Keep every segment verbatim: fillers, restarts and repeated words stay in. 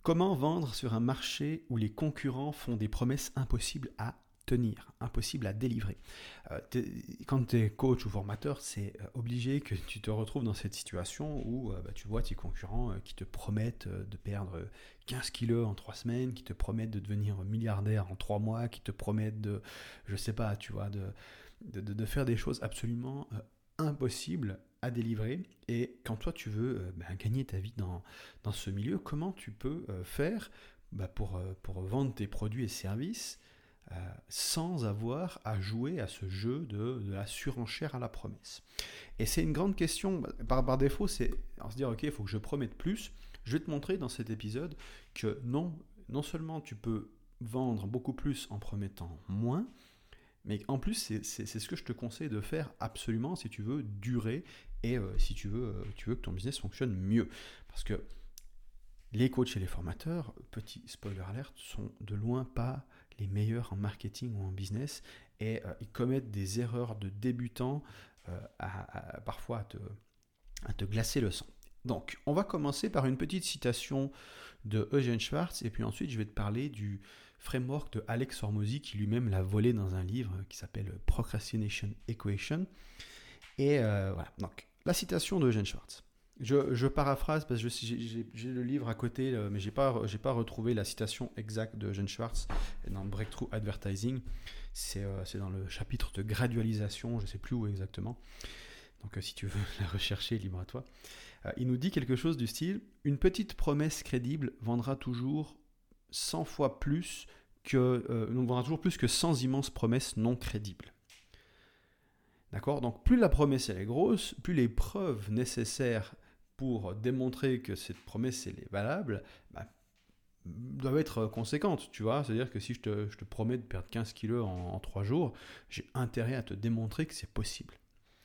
Comment vendre sur un marché où les concurrents font des promesses impossibles à tenir, impossibles à délivrer? euh, Quand tu es coach ou formateur, c'est euh, obligé que tu te retrouves dans cette situation où euh, bah, tu vois tes concurrents euh, qui te promettent euh, de perdre quinze kilos en trois semaines, qui te promettent de devenir milliardaire en trois mois, qui te promettent de, je sais pas, tu vois, de, de, de, de faire des choses absolument euh, impossibles à délivrer. Et quand toi tu veux euh, bah, gagner ta vie dans, dans ce milieu, comment tu peux euh, faire bah, pour, euh, pour vendre tes produits et services euh, sans avoir à jouer à ce jeu de, de la surenchère à la promesse? Et c'est une grande question. Par, par défaut, c'est alors se dire ok, il faut que je promette plus. Je vais te montrer dans cet épisode que non, non seulement tu peux vendre beaucoup plus en promettant moins, mais en plus, c'est, c'est, c'est ce que je te conseille de faire absolument si tu veux durer et euh, si tu veux, euh, tu veux que ton business fonctionne mieux. Parce que les coachs et les formateurs, petit spoiler alert, sont de loin pas les meilleurs en marketing ou en business et euh, ils commettent des erreurs de débutants euh, à, à, parfois à te, à te glacer le sang. Donc, on va commencer par une petite citation de Eugene Schwartz et puis ensuite je vais te parler du framework de Alex Hormozy qui lui-même l'a volé dans un livre qui s'appelle Procrastination Equation. Et euh, voilà, donc la citation de Eugene Schwartz. Je, je paraphrase parce que je, j'ai, j'ai le livre à côté, mais je n'ai pas, j'ai pas retrouvé la citation exacte de Eugene Schwartz dans Breakthrough Advertising. C'est, euh, c'est dans le chapitre de gradualisation, je ne sais plus où exactement. Donc euh, si tu veux la rechercher, libre à toi. Euh, il nous dit quelque chose du style « Une petite promesse crédible vendra toujours cent fois plus que, euh, vendra toujours plus que cent immenses promesses non crédibles. » D'accord ? Donc plus la promesse elle est grosse, plus les preuves nécessaires pour démontrer que cette promesse elle est valable bah, doivent être conséquentes. Tu vois ? C'est-à-dire que si je te, je te promets de perdre quinze kilos en, en trois jours, j'ai intérêt à te démontrer que c'est possible.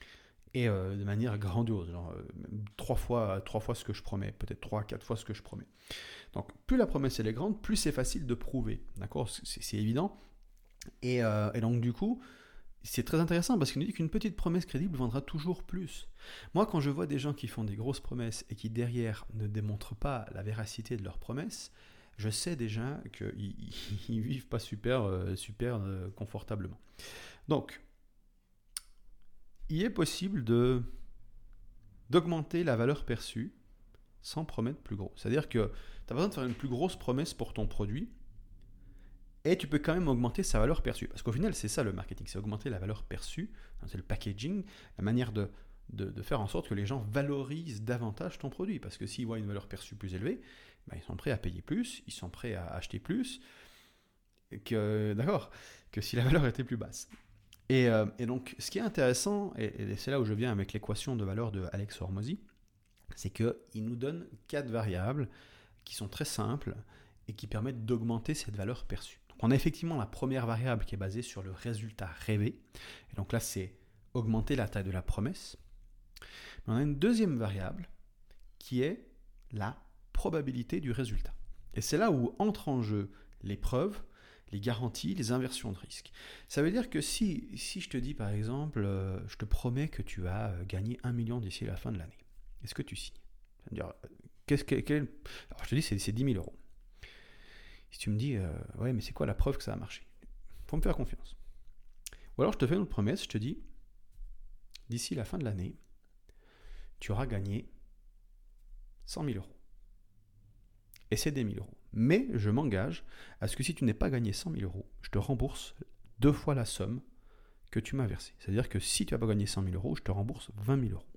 Et euh, de manière grandiose, genre, euh, trois, fois, trois fois ce que je promets, peut-être trois, quatre fois ce que je promets. Donc plus la promesse elle est grande, plus c'est facile de prouver, d'accord ? c'est, c'est évident. Et, euh, et donc du coup, c'est très intéressant parce qu'il nous dit qu'une petite promesse crédible vendra toujours plus. Moi, quand je vois des gens qui font des grosses promesses et qui derrière ne démontrent pas la véracité de leurs promesses, je sais déjà qu'ils ne vivent pas super, euh, super euh, confortablement. Donc, il est possible de, d'augmenter la valeur perçue sans promettre plus gros. C'est-à-dire que tu as besoin de faire une plus grosse promesse pour ton produit et tu peux quand même augmenter sa valeur perçue. Parce qu'au final, c'est ça le marketing, c'est augmenter la valeur perçue, c'est le packaging, la manière de, de, de faire en sorte que les gens valorisent davantage ton produit. Parce que s'ils voient une valeur perçue plus élevée, ben ils sont prêts à payer plus, ils sont prêts à acheter plus, que, d'accord, que si la valeur était plus basse. Et, euh, et donc, ce qui est intéressant, et, et c'est là où je viens avec l'équation de valeur de Alex Hormozy, c'est qu'il nous donne quatre variables qui sont très simples et qui permettent d'augmenter cette valeur perçue. Donc, on a effectivement la première variable qui est basée sur le résultat rêvé. Et donc là, c'est augmenter la taille de la promesse. Mais on a une deuxième variable qui est la probabilité du résultat. Et c'est là où entrent en jeu les preuves, les garanties, les inversions de risque. Ça veut dire que si, si je te dis par exemple, euh, je te promets que tu vas gagner un million d'ici la fin de l'année, est-ce que tu signes ? Ça veut dire, qu'est-ce que, quel... Alors je te dis, c'est, c'est dix mille euros. Si tu me dis, euh, ouais, mais c'est quoi la preuve que ça a marché ? Il faut me faire confiance. Ou alors je te fais une autre promesse, je te dis, d'ici la fin de l'année, tu auras gagné cent mille euros. Et c'est des mille euros. Mais je m'engage à ce que si tu n'es pas gagné cent mille euros, je te rembourse deux fois la somme que tu m'as versée. C'est-à-dire que si tu n'as pas gagné cent mille euros, je te rembourse vingt mille euros.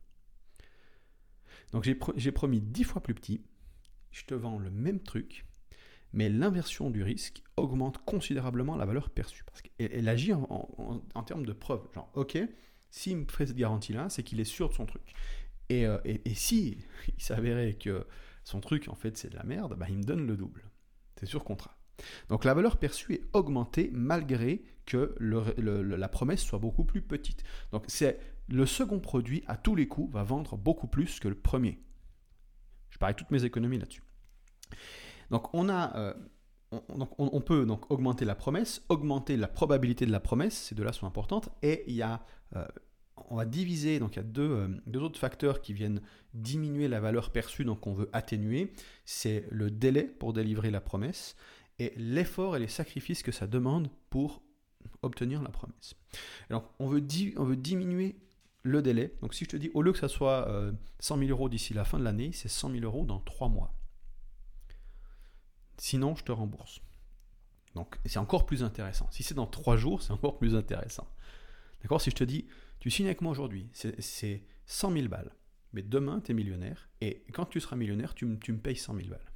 Donc j'ai, pro- j'ai promis dix fois plus petit, je te vends le même truc, mais l'inversion du risque augmente considérablement la valeur perçue. Parce qu'elle agit en, en, en termes de preuve. Genre, ok, s'il me fait cette garantie-là, c'est qu'il est sûr de son truc. Et, euh, et, et si il s'avérait que son truc, en fait, c'est de la merde, bah, il me donne le double. C'est sur contrat. Donc la valeur perçue est augmentée malgré que le, le, la promesse soit beaucoup plus petite. Donc c'est le second produit, à tous les coups, va vendre beaucoup plus que le premier. Je parie toutes mes économies là-dessus. Donc on a... Euh, on, donc on, on peut donc augmenter la promesse, augmenter la probabilité de la promesse, ces deux-là sont importantes, et il y a... Euh, on va diviser, donc il y a deux, euh, deux autres facteurs qui viennent diminuer la valeur perçue, donc on veut atténuer, c'est le délai pour délivrer la promesse et l'effort et les sacrifices que ça demande pour obtenir la promesse. Et donc on veut, di- on veut diminuer le délai, donc si je te dis au lieu que ça soit euh, cent mille euros d'ici la fin de l'année, c'est cent mille euros dans trois mois. Sinon, je te rembourse. Donc c'est encore plus intéressant. Si c'est dans trois jours, c'est encore plus intéressant. D'accord ? Si je te dis, tu signes avec moi aujourd'hui, c'est, c'est cent mille balles. Mais demain, tu es millionnaire. Et quand tu seras millionnaire, tu, m- tu me payes cent mille balles.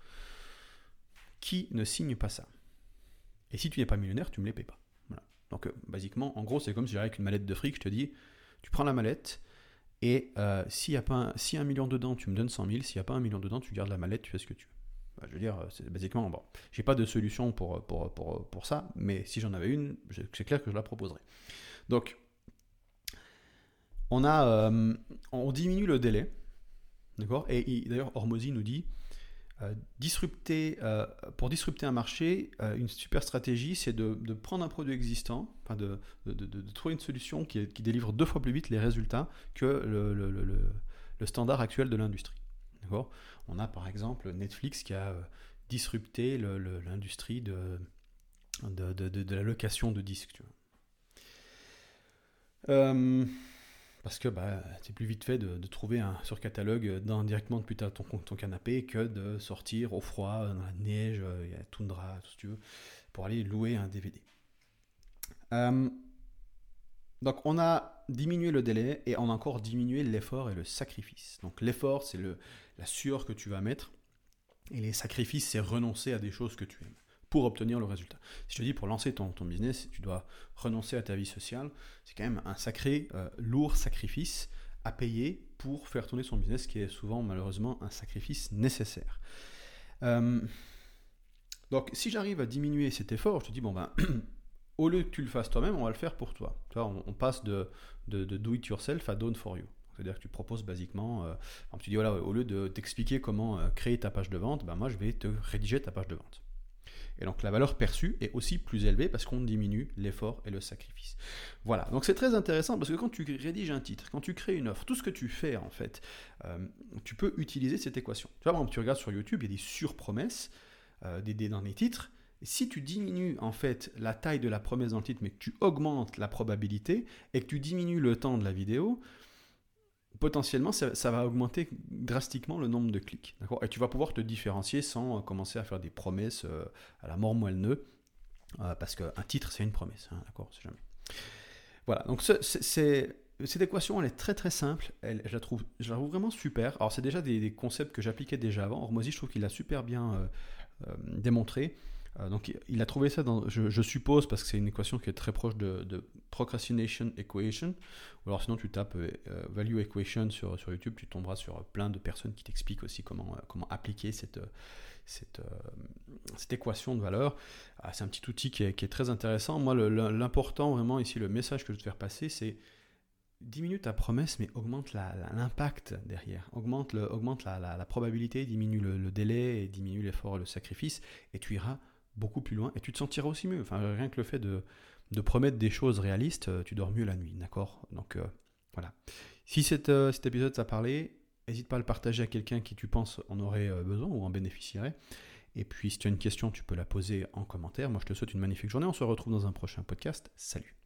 Qui ne signe pas ça ? Et si tu n'es pas millionnaire, tu ne me les payes pas. Voilà. Donc, euh, basiquement, en gros, c'est comme si j'arrive avec une mallette de fric, je te dis, tu prends la mallette, et euh, s'il y a pas un, s'il y a un million dedans, tu me donnes cent mille. S'il n'y a pas un million dedans, tu gardes la mallette, tu fais ce que tu veux. Bah, je veux dire, c'est basiquement, bon, j'ai pas de solution pour, pour, pour, pour ça, mais si j'en avais une, c'est clair que je la proposerais. Donc, on, a, euh, on diminue le délai, d'accord ? Et il- d'ailleurs, Hormozy nous dit, euh, disrupter, euh, pour disrupter un marché, euh, une super stratégie, c'est de, de prendre un produit existant, enfin de, de, de, de trouver une solution qui, est- qui délivre deux fois plus vite les résultats que le, le, le, le- le standard actuel de l'industrie. D'accord ? On a par exemple Netflix qui a euh, disrupté le- le- l'industrie de, de, de, de- de la location de disques. Tu vois. Euh, parce que bah, c'est plus vite fait de, de trouver un sur catalogue dans, directement depuis ta- ton, ton canapé que de sortir au froid, dans la neige, il y a la toundra, tout ce que tu veux, pour aller louer un D V D. Euh, donc on a diminué le délai et on a encore diminué l'effort et le sacrifice. Donc l'effort, c'est le, la sueur que tu vas mettre et les sacrifices, c'est renoncer à des choses que tu aimes pour obtenir le résultat. Si je te dis pour lancer ton, ton business, tu dois renoncer à ta vie sociale, c'est quand même un sacré, euh, lourd sacrifice à payer pour faire tourner son business, qui est souvent malheureusement un sacrifice nécessaire. Euh, donc si j'arrive à diminuer cet effort, je te dis, bon ben, au lieu que tu le fasses toi-même, on va le faire pour toi. Tu vois, on, on passe de, de, de do it yourself à done for you. C'est-à-dire que tu proposes basiquement, euh, tu dis voilà, au lieu de t'expliquer comment euh, créer ta page de vente, ben moi je vais te rédiger ta page de vente. Et donc la valeur perçue est aussi plus élevée parce qu'on diminue l'effort et le sacrifice. Voilà, donc c'est très intéressant parce que quand tu rédiges un titre, quand tu crées une offre, tout ce que tu fais en fait, euh, tu peux utiliser cette équation. Tu vois, par exemple, tu regardes sur YouTube, il y a des surpromesses euh, des, des, dans les titres. Et si tu diminues en fait la taille de la promesse dans le titre, mais que tu augmentes la probabilité et que tu diminues le temps de la vidéo, potentiellement, ça, ça va augmenter drastiquement le nombre de clics. D'accord ? Et tu vas pouvoir te différencier sans euh, commencer à faire des promesses euh, à la mort moelle-neu, euh, parce qu'un titre, c'est une promesse. Hein, d'accord ? C'est jamais. Voilà, donc ce, c'est, c'est, cette équation, elle est très très simple. Elle, je, la trouve, je la trouve vraiment super. Alors, c'est déjà des, des concepts que j'appliquais déjà avant. Hormozy, je trouve qu'il l'a super bien euh, euh, démontré. Euh, donc il a trouvé ça, dans, je, je suppose, parce que c'est une équation qui est très proche de, de Procrastination Equation, ou alors sinon tu tapes euh, Value Equation sur, sur YouTube, tu tomberas sur plein de personnes qui t'expliquent aussi comment, euh, comment appliquer cette, cette, euh, cette équation de valeur. Ah, c'est un petit outil qui est, qui est très intéressant. Moi, le, le, l'important vraiment ici, le message que je veux te faire passer, c'est diminue ta promesse, mais augmente la, la, l'impact derrière, augmente, le, augmente la, la, la probabilité, diminue le, le délai, et diminue l'effort et le sacrifice, et tu iras beaucoup plus loin et tu te sentiras aussi mieux. Enfin, rien que le fait de, de promettre des choses réalistes, tu dors mieux la nuit, d'accord ? Donc euh, voilà. Si cet, euh, cet épisode t'a parlé, n'hésite pas à le partager à quelqu'un qui tu penses en aurait besoin ou en bénéficierait. Et puis si tu as une question, tu peux la poser en commentaire. Moi, je te souhaite une magnifique journée. On se retrouve dans un prochain podcast. Salut.